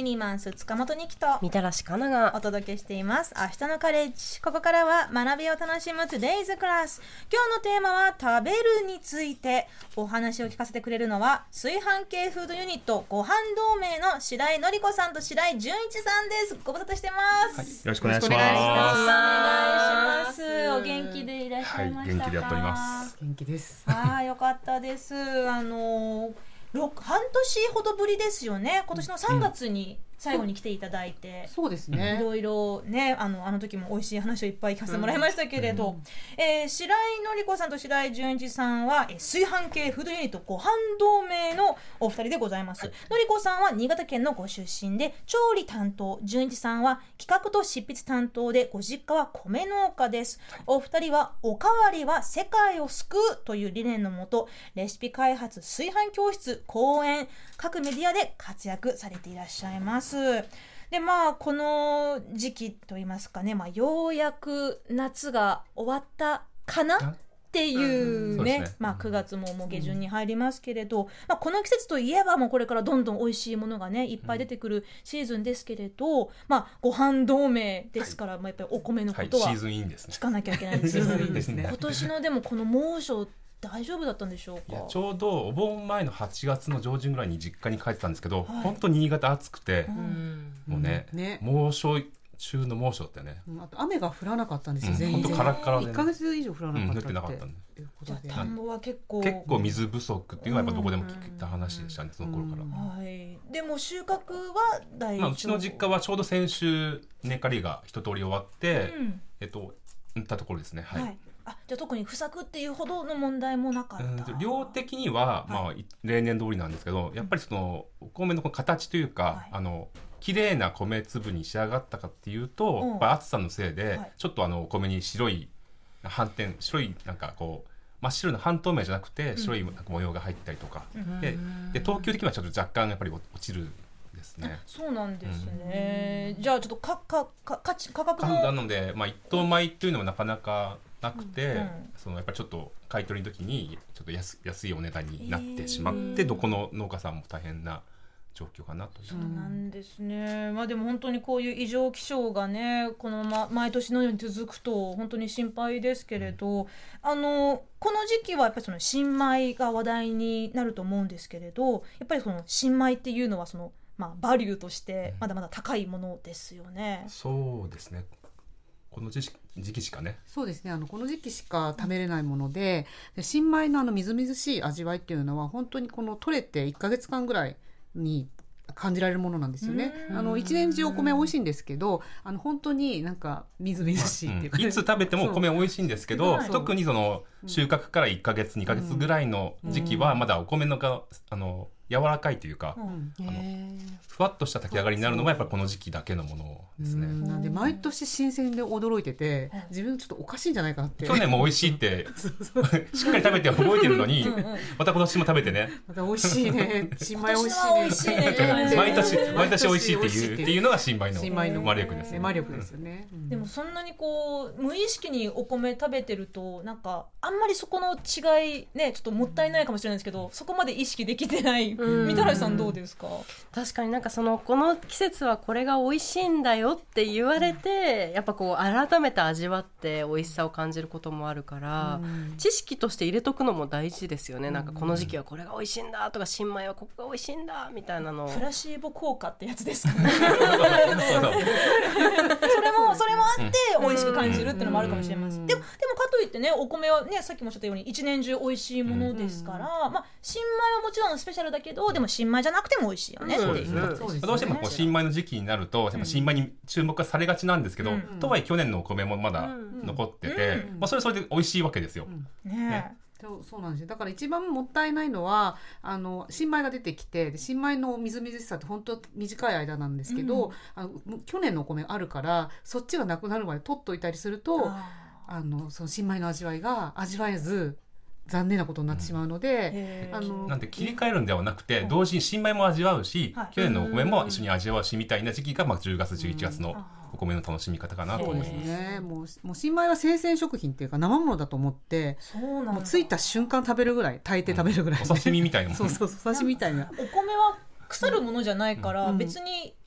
キニマンス塚本二木とみたらしかながお届けしています。明日のカレッジ。ここからは学びを楽しむ Today's Class。今日のテーマは食べるについて。お話を聞かせてくれるのは炊飯系フードユニットご飯同盟の白井のり子さんと白井純一さんです。ご無沙汰してます、 はい、よろしくお願いします。 お願いします。お元気でいらっしゃいましたか？ はい、元気でやっております。 元気です。 よかったです。半年ほどぶりですよね。今年の3月に最後に来ていただいて、 そうですね。 いろいろね、あの時も美味しい話をいっぱい聞かせてもらいましたけれど、白井のり子さんと白井純一さんは炊飯系フードユニットご飯同盟のお二人でございます。のり子さんは新潟県のご出身で調理担当、純一さんは企画と執筆担当でご実家は米農家です。お二人はおかわりは世界を救うという理念のもと、レシピ開発、炊飯教室、講演、各メディアで活躍されていらっしゃいます。でこの時期といいますかね、ようやく夏が終わったかなっていうね、9月ももう下旬に入りますけれど、この季節といえばもうこれからどんどん美味しいものがねいっぱい出てくるシーズンですけれど、ご飯同盟ですから、やっぱりお米のことはシーズンインですね。 聞かなきゃいけないんですよ。 ですね。 今年のでもこの猛暑大丈夫だったんでしょうか？ いや、ちょうどお盆前の8月の上旬ぐらいに実家に帰ってたんですけど、本当に新潟暑くて、もうね、猛暑中の猛暑だったよね。 あと雨が降らなかったんですよ、全然。 本当カラッカラで、 1ヶ月以上降らなかったって、 降ってなかったんで。 じゃあ田んぼは結構水不足っていうのはやっぱどこでも聞いた話でしたね、その頃から。 でも収穫は大丈夫？ うちの実家はちょうど先週稲刈りが一通り終わって、ったところですね。はい。 じゃあ特に不作っていうほどの問題もなかった？ 量的には、例年通りなんですけど、やっぱりそのお米の形というか、綺麗な米粒に仕上がったかっていうと、やっぱ暑さのせいで、ちょっとお米に白いなんかこう真っ白な半透明じゃなくて白い模様が入ったりとか、で等級的にはちょっと若干やっぱり落ちるですね。 そうなんですね。じゃあちょっと価格もなので、一等米っていうのもなかなかなくて、そのやっぱりちょっと買い取りの時にちょっと安いお値段になってしまって、どこの農家さんも大変な状況かなという。 そうなんですね。でも本当にこういう異常気象がねこの毎年のように続くと本当に心配ですけれど、この時期はやっぱりその新米が話題になると思うんですけれど、やっぱりその新米っていうのはそのバリューとしてまだまだ高いものですよね。 そうですね。この時期しかね。 そうですね。この時期しか食べれないもので、新米のみずみずしい味わいっていうのは本当にこの取れて1ヶ月間ぐらいに感じられるものなんですよね。一年中お米美味しいんですけど、本当になんかみずみずしいっていうか、 いつ食べてもお米美味しいんですけど、特にその収穫から1ヶ月2ヶ月ぐらいの時期はまだお米のが柔らかいというか、ふわっとした炊き上がりになるのがやっぱりこの時期だけのものですね。 なんで毎年新鮮で驚いてて、自分ちょっとおかしいんじゃないかなって。 去年も美味しいってしっかり食べて覚えてるのにまた今年も食べてね、 また美味しいね、新米美味しいね毎年美味しいっていうのが新米の魔力ですね。 魔力ですよね。 でもそんなにこう無意識にお米食べてるとなんかあんまりそこの違いねちょっともったいないかもしれないですけど、そこまで意識できてないみたらしさんどうですか？ 確かになんかこの季節はこれが美味しいんだよって言われて、やっぱこう改めて味わって美味しさを感じることもあるから、知識として入れとくのも大事ですよね。なんかこの時期はこれが美味しいんだとか、新米はここが美味しいんだみたいなの。 プラシーボ効果ってやつですかね。それもあって美味しく感じるっていうのもあるかもしれません。でもかといってね、お米はねさっきもおっしゃったように一年中美味しいものですから、新米はもちろんスペシャルだけど、でも新米じゃなくても美味しいよねっていうことですね。 どうしてもこう新米の時期になると新米に注目がされがちなんですけど、とはいえ去年のお米もまだ残ってて、それはそれで美味しいわけですよ。 そうなんですよ。だから一番もったいないのは新米が出てきて、新米のみずみずしさって本当短い間なんですけど、去年のお米あるからそっちがなくなるまで取っといたりすると、その新米の味わいが味わえず残念なことになってしまうので、 なんで切り替えるんではなくて、同時に新米も味わうし、去年のお米も一緒に味わうしみたいな時期が10月11月のお米の楽しみ方かなと思います。 そうですね。もう新米は生鮮食品っていうか生ものだと思って、もうついた瞬間食べるぐらい、炊いて食べるぐらい、 お刺身みたいなもん。 そう刺身みたいな。 お米は腐るものじゃないから、別に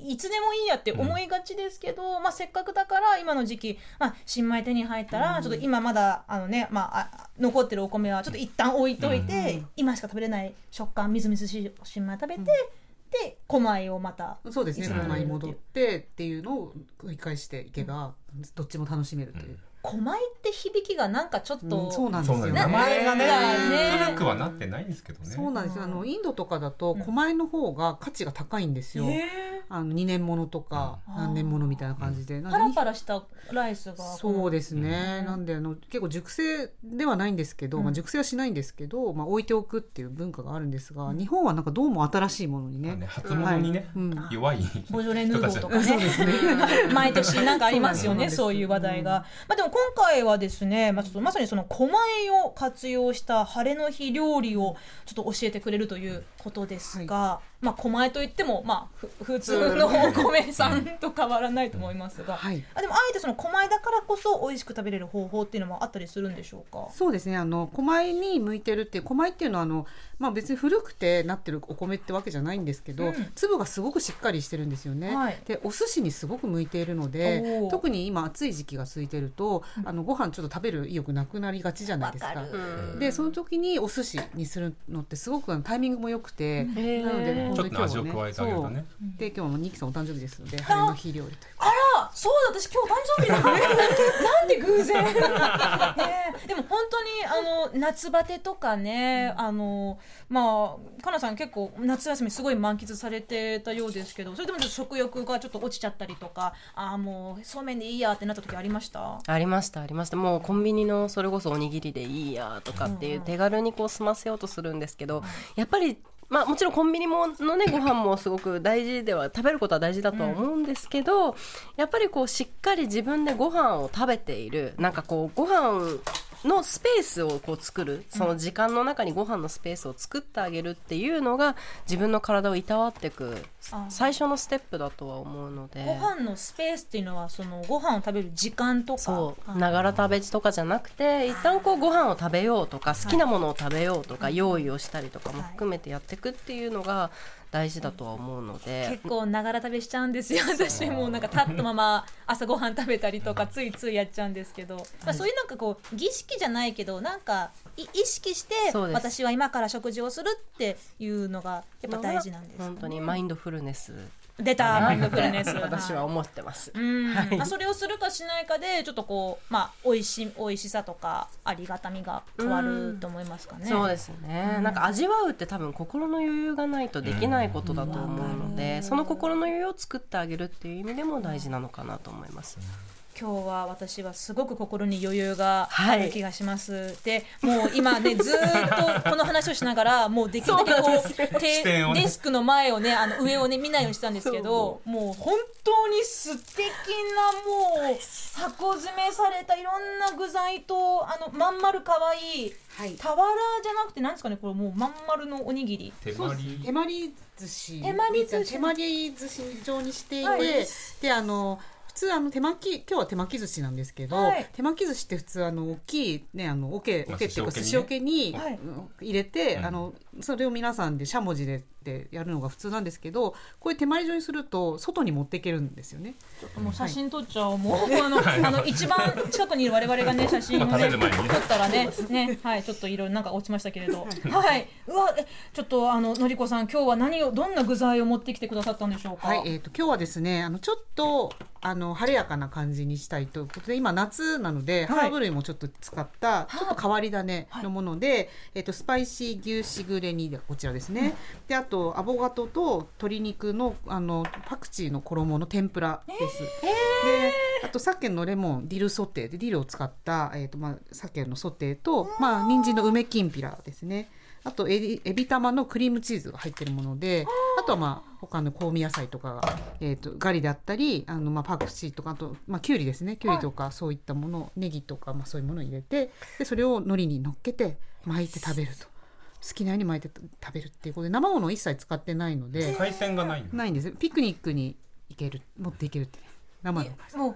いつでもいいやって思いがちですけど、せっかくだから今の時期、新米手に入ったらちょっと今まだ残ってるお米はちょっと一旦置いといて、今しか食べれない食感みずみずしい新米食べて、で狛江をまたそうですね、狛江に戻ってっていうのを繰り返していけば、どっちも楽しめるという。 狛江って響きがなんかちょっと、 そうなんですよね。 名前がねね古くはなってないんですけどね。 そうなんですよ。インドとかだと狛江の方が価値が高いんですよ。2年ものとか何年ものみたいな感じで、 パラパラしたライスがそうですね、なんで結構熟成ではないんですけど、熟成はしないんですけど、置いておくっていう文化があるんですが、日本はなんかどうも新しいものにね、 初物にね、弱いボジョレ・ヌーボーとかね毎年なんかありますよね、そういう話題が。でも今回はですね、ちょっとまさにその狛江を活用した晴れの日料理をちょっと教えてくれるということですが、狛江といっても普通のお米さんと変わらないと思いますが、でもあえてその狛江だからこそ美味しく食べれる方法っていうのもあったりするんでしょうか。 そうですね、狛江に向いてるっていう、狛江っていうのは別に古くてなってるお米ってわけじゃないんですけど、粒がすごくしっかりしてるんですよね、でお寿司にすごく向いているので、特に今暑い時期が続いてるとご飯ちょっと食べる意欲なくなりがちじゃないですか。でその時にお寿司にするのってすごくタイミングも良くて、なので本当に今日はね、で今日もニッキさんお誕生日ですので、晴れの日料理という。 あら、そうだ、私今日誕生日だなんで偶然でも本当に夏バテとかね、かなさん結構夏休みすごい満喫されてたようですけど、それでもちょっと食欲がちょっと落ちちゃったりとか、もうそうめんでいいやってなった時ありました？ ありました。もうコンビニのそれこそおにぎりでいいやとかっていう手軽にこう済ませようとするんですけど、やっぱりもちろんコンビニのねご飯もすごく大事では、食べることは大事だとは思うんですけど、やっぱりこうしっかり自分でご飯を食べている、なんかこうご飯のスペースをこう作る、その時間の中にご飯のスペースを作ってあげるっていうのが自分の体をいたわっていく最初のステップだとは思うので。 ご飯のスペースっていうのはそのご飯を食べる時間とか、 そうながら食べとかじゃなくて、一旦こうご飯を食べようとか好きなものを食べようとか用意をしたりとかも含めてやっていくっていうのが大事だとは思うので、 結構ながら食べしちゃうんですよ私もなんか立ったまま朝ごはん食べたりとかついついやっちゃうんですけど、そういうなんかこう儀式じゃないけどなんか意識して私は今から食事をするっていうのがやっぱ大事なんです、 本当にマインドフルネス出たマインドフルネス私は思ってます。 それをするかしないかでちょっとこう美味しさとかありがたみが変わると思いますかね。 そうですね、なんか味わうって多分心の余裕がないとできないことだと思うので、その心の余裕を作ってあげるっていう意味でも大事なのかなと思います。 今日は私はすごく心に余裕がある気がします、でもう今ねずっとこの話をしながらもうできるだけこうデスクの前をね上をね見ないようにしたんですけど、もう本当に素敵なもう箱詰めされたいろんな具材とまん丸かわいい、俵じゃなくてなんですかね、これもうまん丸のおにぎり、 手まり寿司状にしていて、で普通今日は手巻き寿司なんですけど、手巻き寿司って普通大きいね桶っていうか寿司桶に入れて、それを皆さんでしゃもじでやるのが普通なんですけど、こういう手まり状にすると外に持っていけるんですよね。 もう写真撮っちゃおう、もう一番近くにいる我々がね写真をね撮ったらねちょっといろいろなんか落ちましたけれどうわちょっとのりこさん今日はどんな具材を持ってきてくださったんでしょうか。 今日はですねちょっと晴れやかな感じにしたいということで、今夏なのでハーブ類もちょっと使ったちょっと変わり種のもので、スパイシー牛しぐれ煮でこちらですね、であとアボカドと鶏肉のパクチーの衣の天ぷらです、であと鮭のレモンディルソテーでディルを使った、鮭のソテーと、人参の梅きんぴらですね、あとエビ玉のクリームチーズが入ってるもので、あとは他の香味野菜とかが、ガリであったりパクチーとか、あと、きゅうりですね、きゅうりとかそういったもの、ネギとか、そういうものを入れて、でそれを海苔に乗っけて巻いて食べると、好きなように巻いて食べるっていうことで、生ものを一切使ってないので海鮮がないんです。ピクニックに持っていけるって生のもう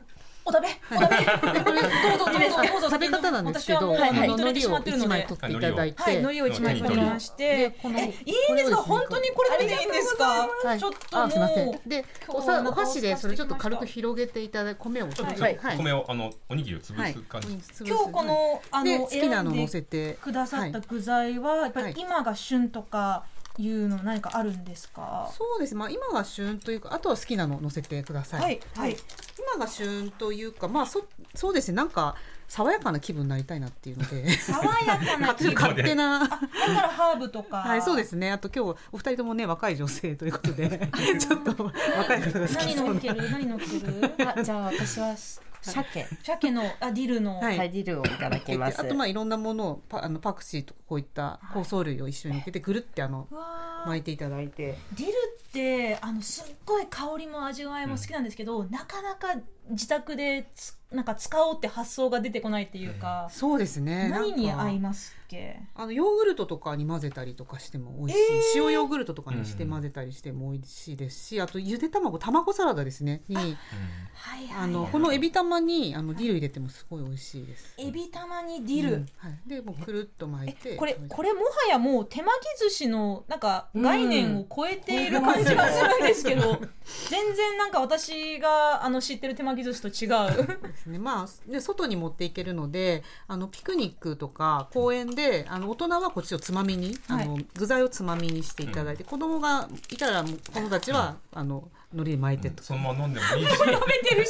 お食べどうぞどうぞ食べ方なんですけど、 私はもう海苔を1枚取取っていただいて、 はい、海苔を1枚取りましていいんですか、本当にこれでいいんですか、ちょっともうすいません。でお箸でそれちょっと軽く広げていただいて、米をちょっと米をおにぎりを潰す感じ。 今日この好きなの乗せてくださった具材はやっぱり今が旬とかいうの何かあるんですか？ そうです。まあ今が旬というか、あとは好きなの乗せてください。 はいはい。 今が旬というか、まあそうですね。なんか爽やかな気分になりたいなっていうので、 爽やかな気分。 勝手な。だからハーブとか。 はい、そうですね。あと今日お二人ともね若い女性ということで、ちょっと若い方が好きそうな。 何乗っける？ じゃあ私は鮭のディルの、 はい、ディルをいただきます。 あとまあいろんなものをパクチーとかこういった香草類を一緒にのっけてぐるって巻いていただいて。 ディルってすっごい香りも味わいも好きなんですけど、なかなか自宅でなんか使おうって発想が出てこないっていうか、 そうですね。 何に合いますっけ？ ヨーグルトとかに混ぜたりとかしても美味しい、塩ヨーグルトとかにして混ぜたりしても美味しいですし、あとゆで卵サラダですねに、このエビ玉にディル入れてもすごい美味しいです。 エビ玉にディル、 はい、でもうくるっと巻いて、 これもはやもう手巻き寿司のなんか概念を超えている感じがするんですけど、全然なんか私が知ってる手巻き寿司と違うですね。まあで外に持っていけるので、ピクニックとか公園で大人はこっちをつまみに、具材をつまみにしていただいて、子供がいたら子供たちは海苔で巻いてと、 そのまま飲んでもいいし食べてるし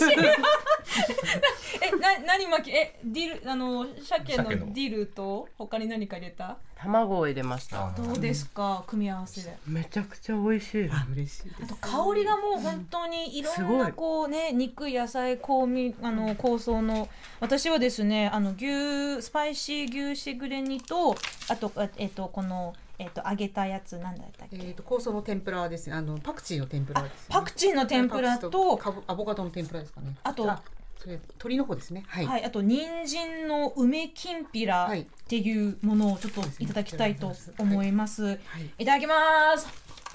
何巻きディル鮭のディルと他に何か入れた？ 卵を入れました。 どうですか、組み合わせで？ めちゃくちゃ美味しい。 嬉しいです。 あと香りがもう本当にいろんなこうね、肉野菜香草の、私はですねスパイシー牛しぐれ煮と、あとこの揚げたやつなんだったっけ？ 香草の天ぷらですね。パクチーの天ぷらですね。 パクチーの天ぷらとアボカドの天ぷらですかね。 あとそれ鶏の方ですね。はい。 あと人参の梅きんぴらっていうものをちょっといただきたいと思います。いただきます。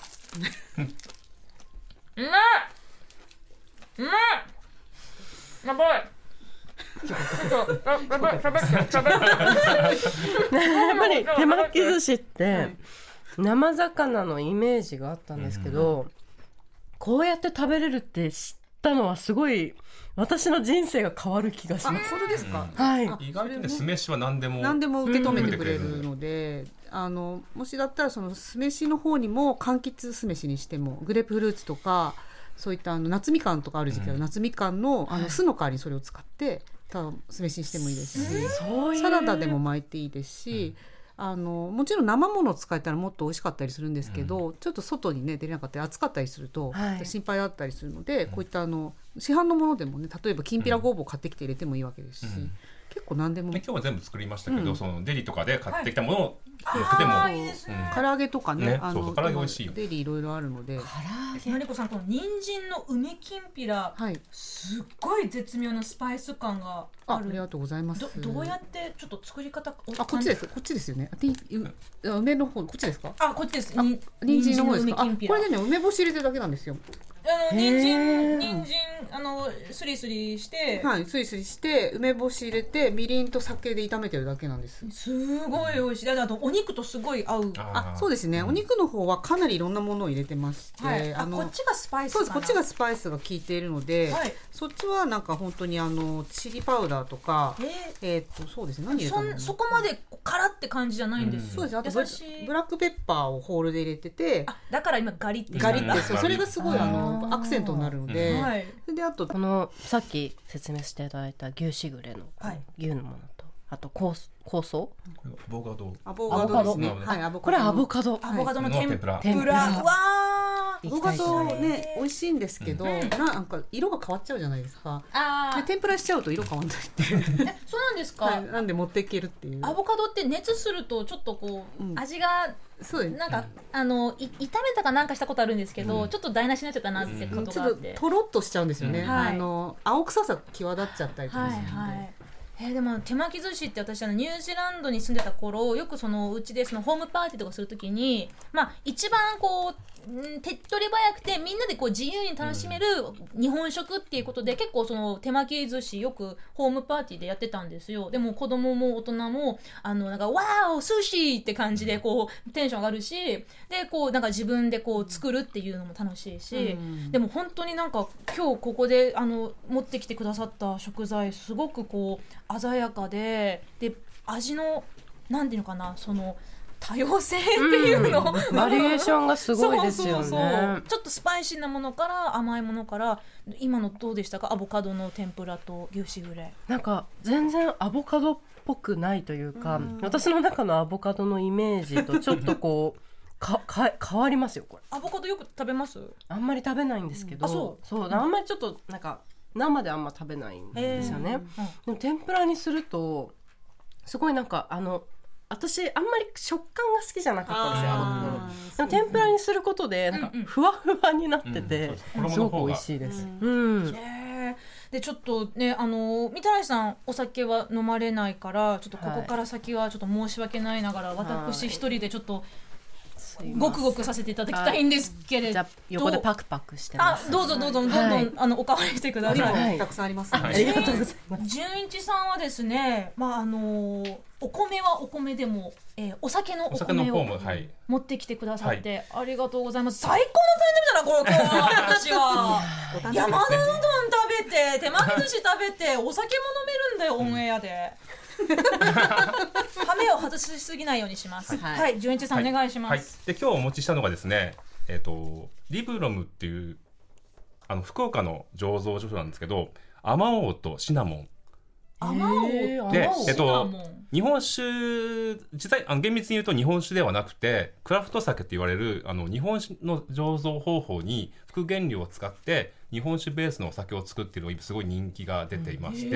うまい。やばい。 やっぱり手巻き寿司って生魚のイメージがあったんですけど、こうやって食べれるって知ったのはすごい私の人生が変わる気がします。 本当ですか？ はい。 意外とね、酢飯は何でも受け止めてくれるので、もしだったらその酢飯の方にも柑橘酢飯にしても、グレープフルーツとかそういった夏みかんとかある時期は夏みかんの酢の代わりにそれを使って酢飯にしてもいいですし、サラダでも巻いていいですし、もちろん生ものを使えたらもっと美味しかったりするんですけど、ちょっと外にね出れなかったり暑かったりすると心配だったりするので、こういった市販のものでもね、例えばきんぴらごぼう買ってきて入れてもいいわけですし、結構何でも。 今日は全部作りましたけど、そのデリとかで買ってきたものをでも唐揚げとかね、 そう唐揚げ美味しいよ。 デリいろいろあるので。 のりこさん、この人参の梅きんぴら、すっごい絶妙なスパイス感がある。 ありがとうございます。 どうやってちょっと作り方？ こっちですよね。梅の方、こっちですか？ こっちです。 人参の方ですか？これでね、梅干し入れてるだけなんですよ。 人参スリスリして、 スリスリして梅干し入れてみりんと酒で炒めてるだけなんです。 すごい美味しい。あとお肉とすごい合う。 そうですね。お肉の方はかなりいろんなものを入れてまして、 こっちがスパイスかな。 そうです。こっちがスパイスが効いているので、そっちはなんか本当にチリパウダーとか、そうですね。何入れたの？ そこまで辛って感じじゃないんです。 そうです。あとブラックペッパーをホールで入れてて、 だから今ガリってそれがすごいアクセントになるので、であとこのさっき説明していただいた牛しぐれの牛のものと、あと香草、 アボカドですね。これアボカドの天ぷら。 アボカドね美味しいんですけど、なんか色が変わっちゃうじゃないですか。で天ぷらしちゃうと色変わんないっていう。 そうなんですか？ なんで持っていけるっていう。 アボカドって熱するとちょっとこう味がなんか炒めたかなんかしたことあるんですけど、ちょっと台無しになっちゃったなってことがあって、 ちょっととろっとしちゃうんですよね。青臭さ際立っちゃったりとかするので。 でも手巻き寿司って私ニュージーランドに住んでた頃よくうちでホームパーティーとかするときに、一番手っ取り早くてみんなで自由に楽しめる日本食っていうことで、結構手巻き寿司よくホームパーティーでやってたんですよ。でも子供も大人もなんかわーお寿司って感じでテンション上がるし、でなんか自分で作るっていうのも楽しいし、でも本当になんか今日ここで持ってきてくださった食材すごく鮮やかで味のなんていうのかな、多様性っていうの、 バリエーションがすごいですよね。 そうちょっとスパイシーなものから甘いものから、今のどうでしたか？アボカドの天ぷらと牛しぐれ。 なんか全然アボカドっぽくないというか、私の中のアボカドのイメージとちょっと変わりますよこれ。 アボカドよく食べます？ あんまり食べないんですけど、あんまりちょっとなんか生であんま食べないんですよね。でも天ぷらにするとすごいなんか私あんまり食感が好きじゃなかったんですよ。でも天ぷらにすることでなんかふわふわになってて、すごく美味しいです。 でちょっとね御手洗さんお酒は飲まれないから、ちょっとここから先はちょっと申し訳ないながら、私一人でちょっとごくごくさせていただきたいんですけれど、 じゃあ横でパクパクしてます。 どうぞどんどんおかわりしてください。 たくさんありますね。 ありがとうございます。 純一さんはですね、お米はお米でも、お酒のお米を持ってきてくださって、ありがとうございます。最高の誕生日だな、今日は私は。山田うどん食べて手巻き寿司食べてお酒も飲めるんだよ、オンエアで。羽目を外しすぎないようにします。はい、純一さんお願いします。 で今日お持ちしたのがですね、リブロムっていう福岡の醸造所なんですけど、あまおうとシナモン。 あまおうで、日本酒、実際厳密に言うと日本酒ではなくてクラフト酒って言われる日本酒の醸造方法に副原料を使って日本酒ベースのお酒を作っているのがすごい人気が出ていまして、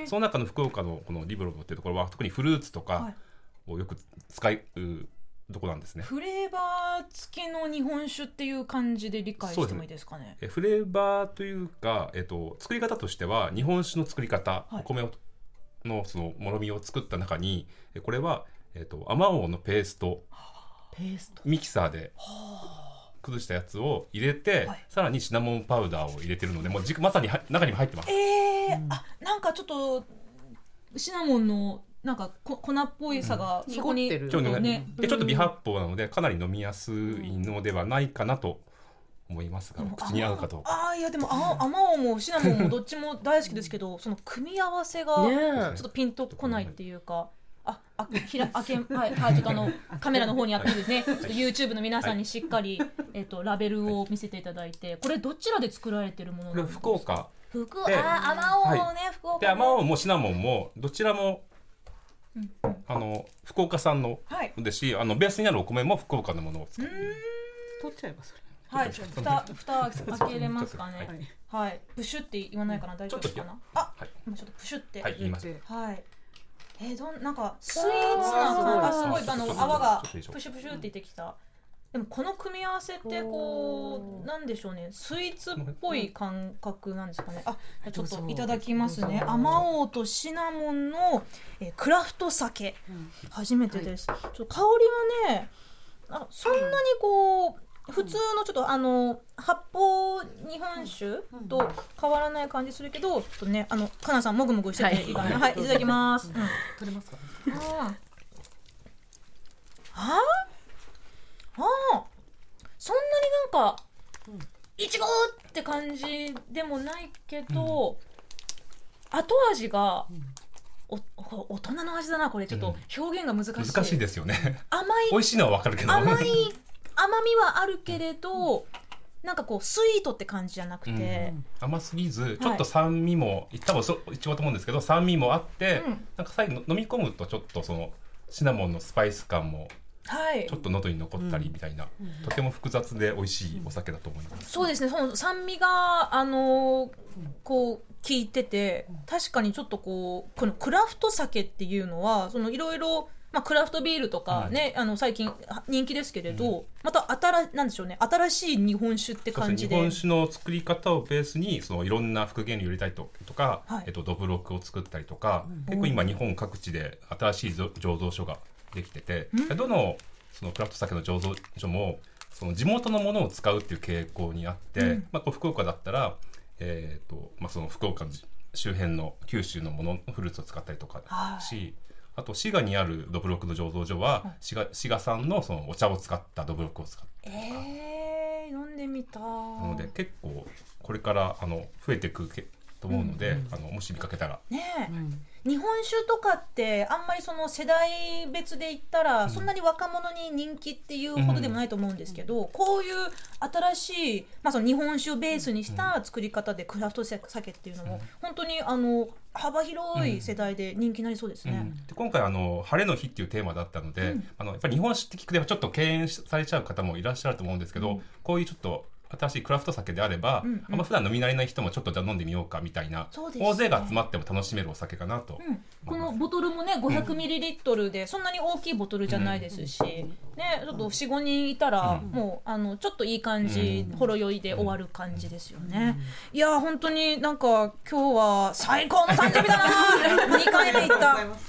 その中の福岡のこのリブロムっていうところは特にフルーツとかをよく使うとこなんですね。 フレーバー付きの日本酒っていう感じで理解してもいいですかね。 フレーバーというか、作り方としては日本酒の作り方、お米のそのもろみを作った中にこれはあまおうのペーストミキサーで崩したやつを入れて、さらにシナモンパウダーを入れてるので、もうまさに中にも入ってます。 なんかちょっとシナモンのなんか粉っぽいさがそこにちょっと微発泡なのでかなり飲みやすいのではないかなと思いますが、口に合うかどうか。 いやでもあまおうもシナモンもどっちも大好きですけど、その組み合わせがちょっとピンとこないっていうか、ちょっとカメラの方にあってですね、ちょっと YouTube の皆さんにしっかり、ラベルを見せていただいて、これどちらで作られてるものなんですか？ 福岡で、あまおうね、福岡であまおうもシナモンもどちらも福岡産のですし、ベースになるお米も福岡のものを使って取っちゃいます。 はい、蓋開けれますかね。はい、プシュって言わないかな、大丈夫かな。今ちょっとプシュって言います。 はい。なんかスイーツな感がすごい泡がプシュプシュって出てきた。でもこの組み合わせってなんでしょうね、スイーツっぽい感覚なんですかね。ちょっといただきますね。あまおうとシナモンのクラフト酒、初めてです。ちょっと香りはね、そんなに普通のちょっと発泡日本酒と変わらない感じするけど、ちょっとねかなさんもぐもぐしてていいかな。はい、いただきます。 取れますか？ そんなになんかいちごって感じでもないけど、後味が大人の味だな。これちょっと表現が難しい。 難しいですよね。 甘い、 美味しいのはわかるけど、 甘みはあるけれど、なんかスイートって感じじゃなくて、 甘すぎずちょっと酸味も、多分いちごと思うんですけど酸味もあって、なんか最後飲み込むとちょっとそのシナモンのスパイス感もちょっと喉に残ったりみたいな、とても複雑で美味しいお酒だと思います。 そうですね、その酸味が効いてて、確かにちょっとこのクラフト酒っていうのはそのいろいろクラフトビールとかね、最近人気ですけれど、またなんでしょうね、新しい日本酒って感じで、 日本酒の作り方をベースにいろんな副原料を入れたりとか、どぶろくを作ったりとか、結構今日本各地で新しい醸造所ができてて、どのそのクラフト酒の醸造所もその地元のものを使うっていう傾向にあって、福岡だったら、その福岡周辺の九州のフルーツを使ったりとかし、あと滋賀にあるどぶろくの醸造所は、滋賀産のそのお茶を使ったどぶろくを使ってとか、 飲んでみた。なので結構これから増えていくと思うので、もし見かけたらね、日本酒とかってあんまりその世代別で言ったらそんなに若者に人気っていうほどでもないと思うんですけど、こういう新しい、その日本酒をベースにした作り方でクラフト酒っていうのも本当に幅広い世代で人気になりそうですね。 で今回晴れの日っていうテーマだったので、やっぱり日本酒って聞くとちょっと敬遠されちゃう方もいらっしゃると思うんですけど、こういうちょっと新しいクラフト酒であれば、あんま普段飲み慣れない人もちょっとじゃあ飲んでみようかみたいな、大勢が集まっても楽しめるお酒かなと、 このボトルもね 500ml でそんなに大きいボトルじゃないですし、ね、ちょっと 4,5 人いたら、もうちょっといい感じ、ほろ酔いで終わる感じですよね。いや本当になんか今日は最高の誕生日だな2回目いった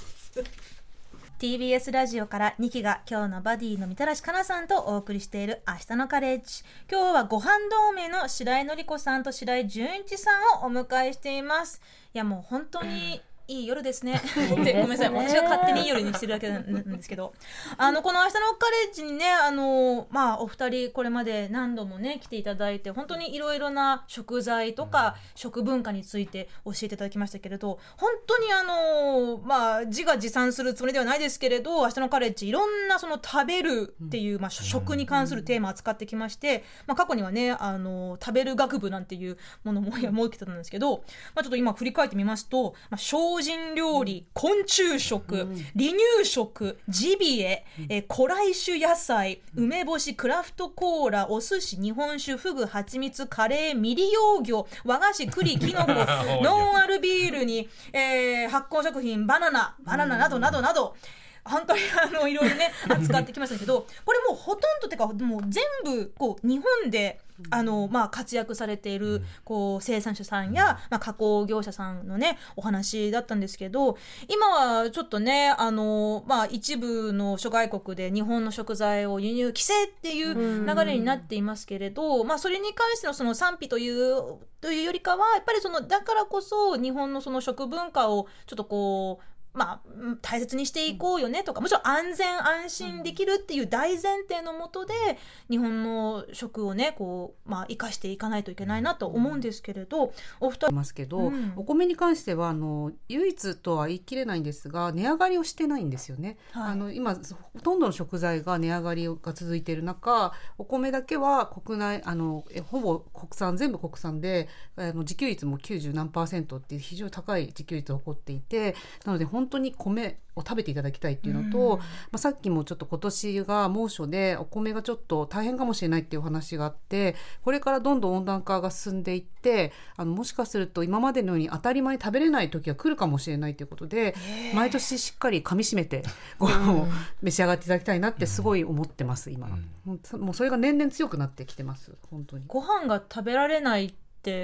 。TBS ラジオから2期が今日のバディのみたらしかなさんとお送りしている明日のカレッジ。今日はご飯同盟の白井のり子さんと白井純一さんをお迎えしています。いやもう本当にいい夜ですねってごめんなさい、私が勝手にいい夜にしてるだけなんですけど、この明日のカレッジにねお二人これまで何度もね来ていただいて、本当にいろいろな食材とか食文化について教えていただきましたけれど、本当に自画自賛するつもりではないですけれど、明日のカレッジいろんなその食べるっていう、食に関するテーマを扱ってきまして、過去にはね食べる学部なんていうものも設けてたんですけど、ちょっと今振り返ってみますと、精進料理、昆虫食、離乳食、ジビエ、古来種野菜、梅干し、クラフトコーラ、お寿司、日本酒、フグ、蜂蜜、カレー、未利用魚、和菓子、栗、キノコノンアルビールに、発酵食品、バナナなどなどなど、本当にいろいろね扱ってきましたけど、これもうほとんどてかもう全部日本で活躍されている生産者さんや、加工業者さんのねお話だったんですけど、今はちょっとね一部の諸外国で日本の食材を輸入規制っていう流れになっていますけれど、それに関してのその賛否というよりかは、やっぱりだからこそ日本のその食文化をちょっと大切にしていこうよねとか、もちろん安全安心できるっていう大前提のもとで日本の食をね生かしていかないといけないなと思うんですけれど、お二人ますけど、お米に関しては唯一とは言い切れないんですが、値上がりをしてないんですよね。今ほとんどの食材が値上がりが続いている中、お米だけは国内ほぼ全部国産で自給率も90何%っていう非常に高い自給率を誇っていて、なので本当に米を食べていただきたいっていうのと、さっきもちょっと今年が猛暑でお米がちょっと大変かもしれないっていうお話があって、これからどんどん温暖化が進んでいって、もしかすると今までのように当たり前に食べれない時が来るかもしれないということで、毎年しっかり噛み締めてご飯を召し上がっていただきたいなってすごい思ってます今。もうそれが年々強くなってきてます。本当にご飯が食べられないって、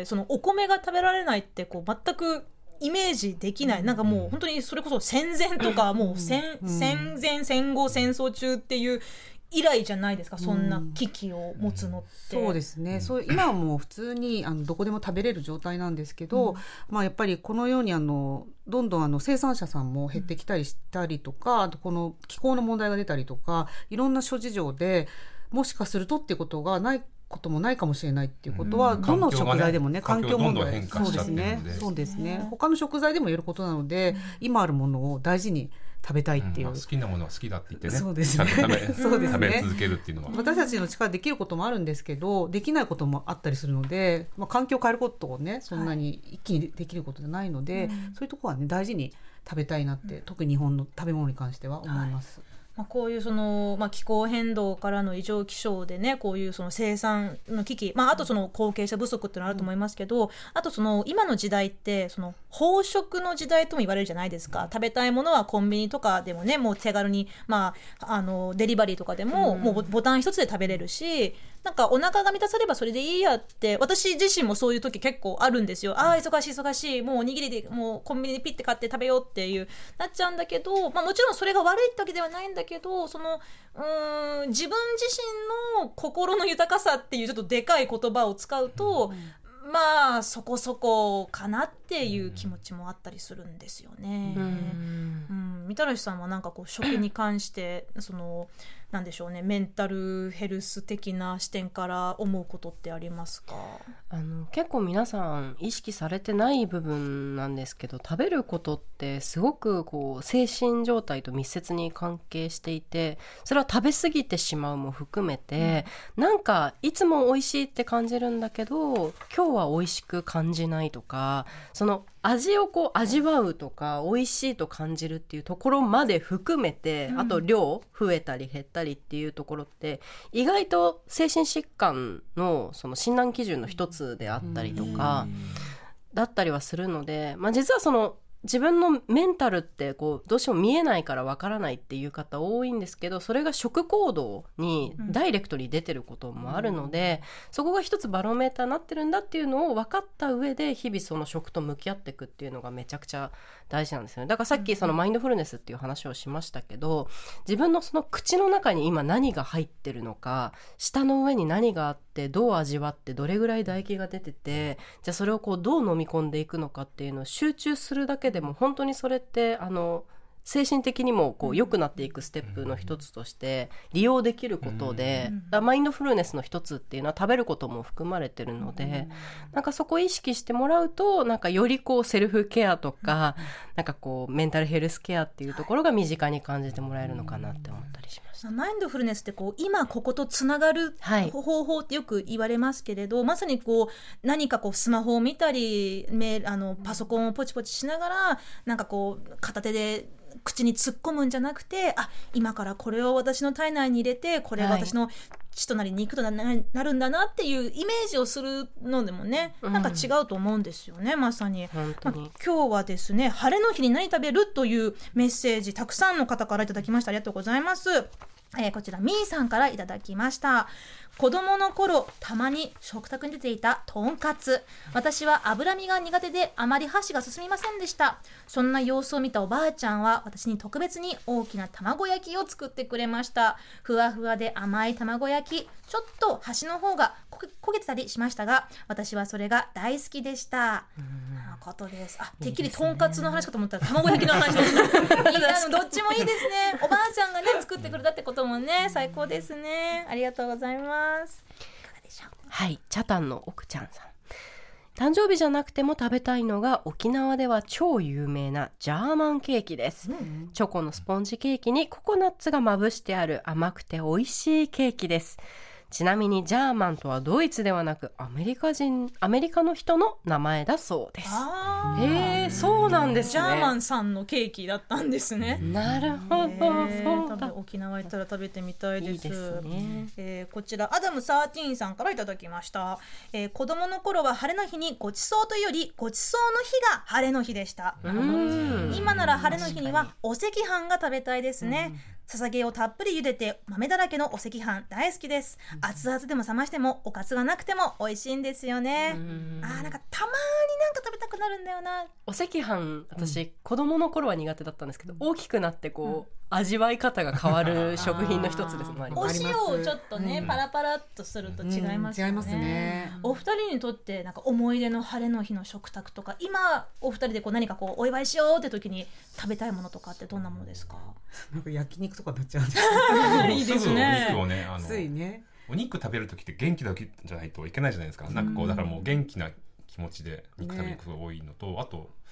そのお米が食べられないって全くイメージできない。なんかもう本当にそれこそ戦前とかもう戦前戦後戦争中っていう以来じゃないですか、そんな危機を持つのって。 そうですね、今はもう普通にどこでも食べれる状態なんですけど、やっぱりこのようにどんどん生産者さんも減ってきたりしたりとか、あとこの気候の問題が出たりとか、いろんな諸事情でもしかするとっていうことがないこともないかもしれないっていうことは、どの食材でもね、環境問題、そうですね、他の食材でも言えることなので、今あるものを大事に食べたいっていう、 好きなものは好きだって言ってね、 そうですね、 食べ続けるっていうのは、 私たちの力できることもあるんですけど、できないこともあったりするので、環境を変えることをねそんなに一気にできることじゃないので、そういうところはね大事に食べたいなって、特に日本の食べ物に関しては思います。 こういうその、気候変動からの異常気象でね、こういうその生産の危機、あとその後継者不足っていうのはあると思いますけど、あとその今の時代ってその飽食の時代とも言われるじゃないですか。食べたいものはコンビニとかでもね、もう手軽に、デリバリーとかでも、もうボタン一つで食べれるし、なんかお腹が満たさればそれでいいやって、私自身もそういう時結構あるんですよ。忙しい、もうおにぎりでもうコンビニでピッて買って食べようっていうなっちゃうんだけど、もちろんそれが悪いってわけではないんだけど、その自分自身の心の豊かさっていうちょっとでかい言葉を使うと、そこそこかなっていう気持ちもあったりするんですよね。みたらしさんはなんかこう食に関してそのなんでしょうね、メンタルヘルス的な視点から思うことってありますか？ 結構皆さん意識されてない部分なんですけど、食べることってすごくこう精神状態と密接に関係していて、それは食べ過ぎてしまうも含めて、なんかいつも美味しいって感じるんだけど今日は美味しく感じないとか、その味をこう味わうとか美味しいと感じるっていうところまで含めて、あと量増えたり減ったりっていうところって意外と精神疾患のその診断基準の一つであったりとかだったりはするので、実はその自分のメンタルってこうどうしても見えないからわからないっていう方多いんですけど、それが食行動にダイレクトに出てることもあるので、そこが一つバロメーターになってるんだっていうのを分かった上で日々その食と向き合っていくっていうのがめちゃくちゃ大事なんですよね。だからさっきそのマインドフルネスっていう話をしましたけど、自分のその口の中に今何が入ってるのか、舌の上に何があってどう味わってどれぐらい唾液が出てて、じゃあそれをこうどう飲み込んでいくのかっていうのを集中するだけでも本当にそれって精神的にもこう良くなっていくステップの一つとして利用できることで、マインドフルネスの一つっていうのは食べることも含まれてるので、なんかそこを意識してもらうと、なんかよりこうセルフケアとか、なんかこうメンタルヘルスケアっていうところが身近に感じてもらえるのかなって思ったりしました。 マインドフルネスってこう今こことつながる方法ってよく言われますけれど、まさにこう何かこうスマホを見たりパソコンをポチポチしながらなんかこう片手で口に突っ込むんじゃなくて、今からこれを私の体内に入れて、これが私の血となり肉となるんだなっていうイメージをするのでもね、なんか違うと思うんですよね。まさに今日はですね、晴れの日に何食べるというメッセージたくさんの方からいただきました。ありがとうございます。こちらみーさんからいただきました。子供の頃たまに食卓に出ていたとんかつ、私は脂身が苦手であまり箸が進みませんでした。そんな様子を見たおばあちゃんは私に特別に大きな卵焼きを作ってくれました。ふわふわで甘い卵焼き、ちょっと端の方が焦げてたりしましたが、私はそれが大好きでした。ことです。てっきりとんかつの話かと思ったら卵焼きの話でしたどっちもいいですね。おばあちゃんがね作ってくれたってこともね、最高ですね。ありがとうございます。いかがでしょう。 はい、チャタンの奥ちゃんさん、誕生日じゃなくても食べたいのが沖縄では超有名なジャーマンケーキです、チョコのスポンジケーキにココナッツがまぶしてある甘くて美味しいケーキです。ちなみにジャーマンとはドイツではなくアメリカの人の名前だそうです。そうなんですね。 ジャーマンさんのケーキだったんですね。 なるほど、そうだ。 沖縄行ったら食べてみたいです。 いいですね。 こちらアダム13さんからいただきました。子供の頃は晴れの日にごちそうというよりごちそうの日が晴れの日でした。今なら晴れの日にはお赤飯が食べたいですね。ささげをたっぷり茹でて豆だらけのお赤飯大好きです。熱々でも冷ましてもおかずがなくても美味しいんですよね。なんかたまになんか食べたくなるんだよな。 お赤飯私、子供の頃は苦手だったんですけど、大きくなってこう、味わい方が変わる食品の一つです。 お塩をちょっとね、パラパラっとすると違いますよね。 違いますね。 お二人にとってなんか思い出の晴れの日の食卓とか、今お二人でこう何かこうお祝いしようって時に食べたいものとかってどんなものですか？ なんか焼肉とかになっちゃうんですいいですね。 すぐお肉をね、 ついね、 お肉食べる時って元気だけじゃないといけないじゃないですか。なんかこうだからもう元気な気持ちで肉食べることが多いのと、あと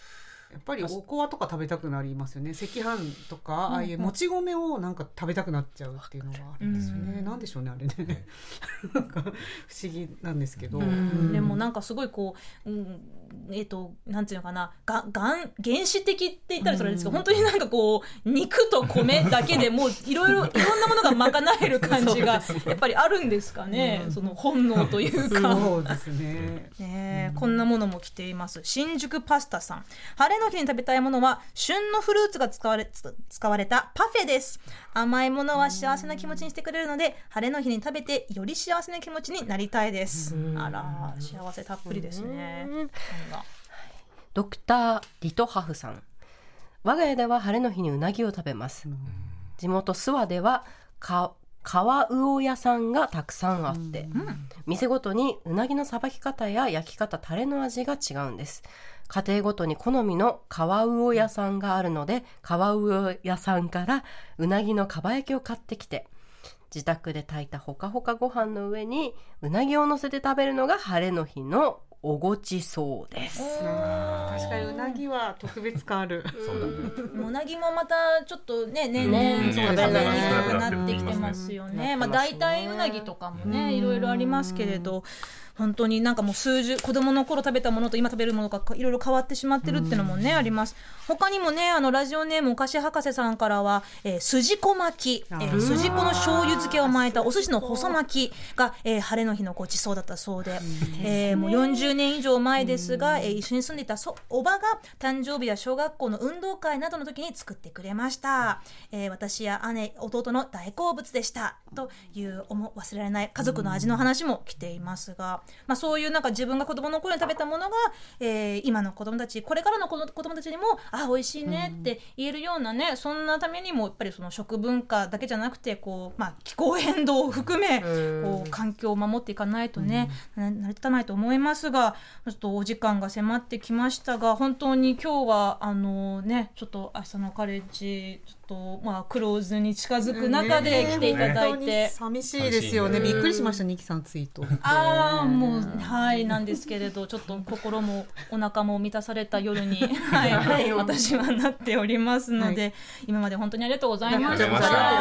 やっぱりおこわとか食べたくなりますよね。赤飯とかああいうもち米をなんか食べたくなっちゃうっていうのがあるんですよね。なんでしょうねあれね。なんか不思議なんですけど。 でもなんかすごいこう、なんていうのかな、原始的って言ったらそれですけど、本当になんかこう肉と米だけでもういろんなものが賄える感じがやっぱりあるんですかね。その本能というか。 そうですね。 こんなものも来ています。新宿パスタさん。晴れの日に食べたいものは旬のフルーツが使われたパフェです。甘いものは幸せな気持ちにしてくれるので、晴れの日に食べてより幸せな気持ちになりたいです。あら、幸せたっぷりですね。 ドクターリトハフさん。我が家では晴れの日にうなぎを食べます。地元諏訪では川魚屋さんがたくさんあって、店ごとにうなぎのさばき方や焼き方、タレの味が違うんです。家庭ごとに好みの川魚屋さんがあるので、川魚屋さんからうなぎのかば焼きを買ってきて、自宅で炊いたほかほかご飯の上にうなぎを乗せて食べるのが晴れの日のおごちそうです。 確かにうなぎは特別感ある。 うなぎもまたちょっとね、年々食べられにくくなってきてますよね。代替うなぎとかもね、いろいろありますけれど、本当になんかもう子供の頃食べたものと今食べるものがいろいろ変わってしまってるっていうのもね、あります。他にもね、ラジオネームお菓子博士さんからは、筋子巻き、筋子の醤油漬けを巻いたお寿司の細巻きが、晴れの日のごちそうだったそうで、もう40年以上前ですが、一緒に住んでいたおばが誕生日や小学校の運動会などの時に作ってくれました。私や姉、弟の大好物でしたという忘れられない家族の味の話も来ていますが、そういうなんか自分が子供の頃に食べたものが、今の子供たち、これからの子供たちにも美味しいねって言えるようなね、そんなためにもやっぱりその食文化だけじゃなくてこう、気候変動を含めこう環境を守っていかないとね、成り立たないと思いますが、ちょっとお時間が迫ってきましたが、本当に今日はちょっと明日のカレッジちょっとクローズに近づく中で来ていただいて、 寂しいですよね。びっくりしました、ニキさんツイート。 もうなんですけれど、ちょっと心もお腹も満たされた夜に私はなっておりますので、今まで本当にありがとうございました。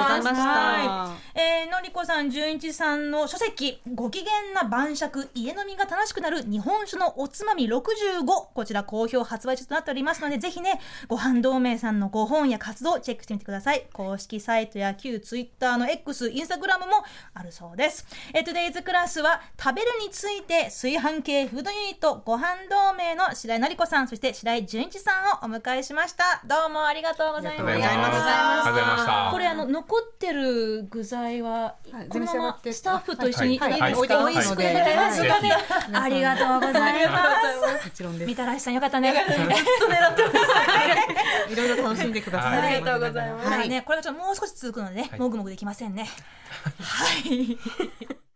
のりこさん、純一さんの書籍ご機嫌な晩酌家飲みが楽しくなる日本酒のおつまみ65、こちら好評発売中となっておりますので、ぜひね、ご飯同盟さんのご本や活動をチェックしてみてください。公式サイトや旧ツイッターの X、インスタグラムもあるそうです。Today's クラスは食べるについて炊飯系フードユニットご飯同盟の白井のりこさん、そして白井純一さんをお迎えしました。どうもありがとうございました。これ残ってる具材はこのままスタッフと一緒にいいですか？美味しくいただけますかね。ありがとうございます。みたらしさんよかったね。ずっと狙ってました。 いろいろ楽しんでください。 ありがとうございます。これがちょっともう少し続くのでね、もぐもぐできませんね。はい。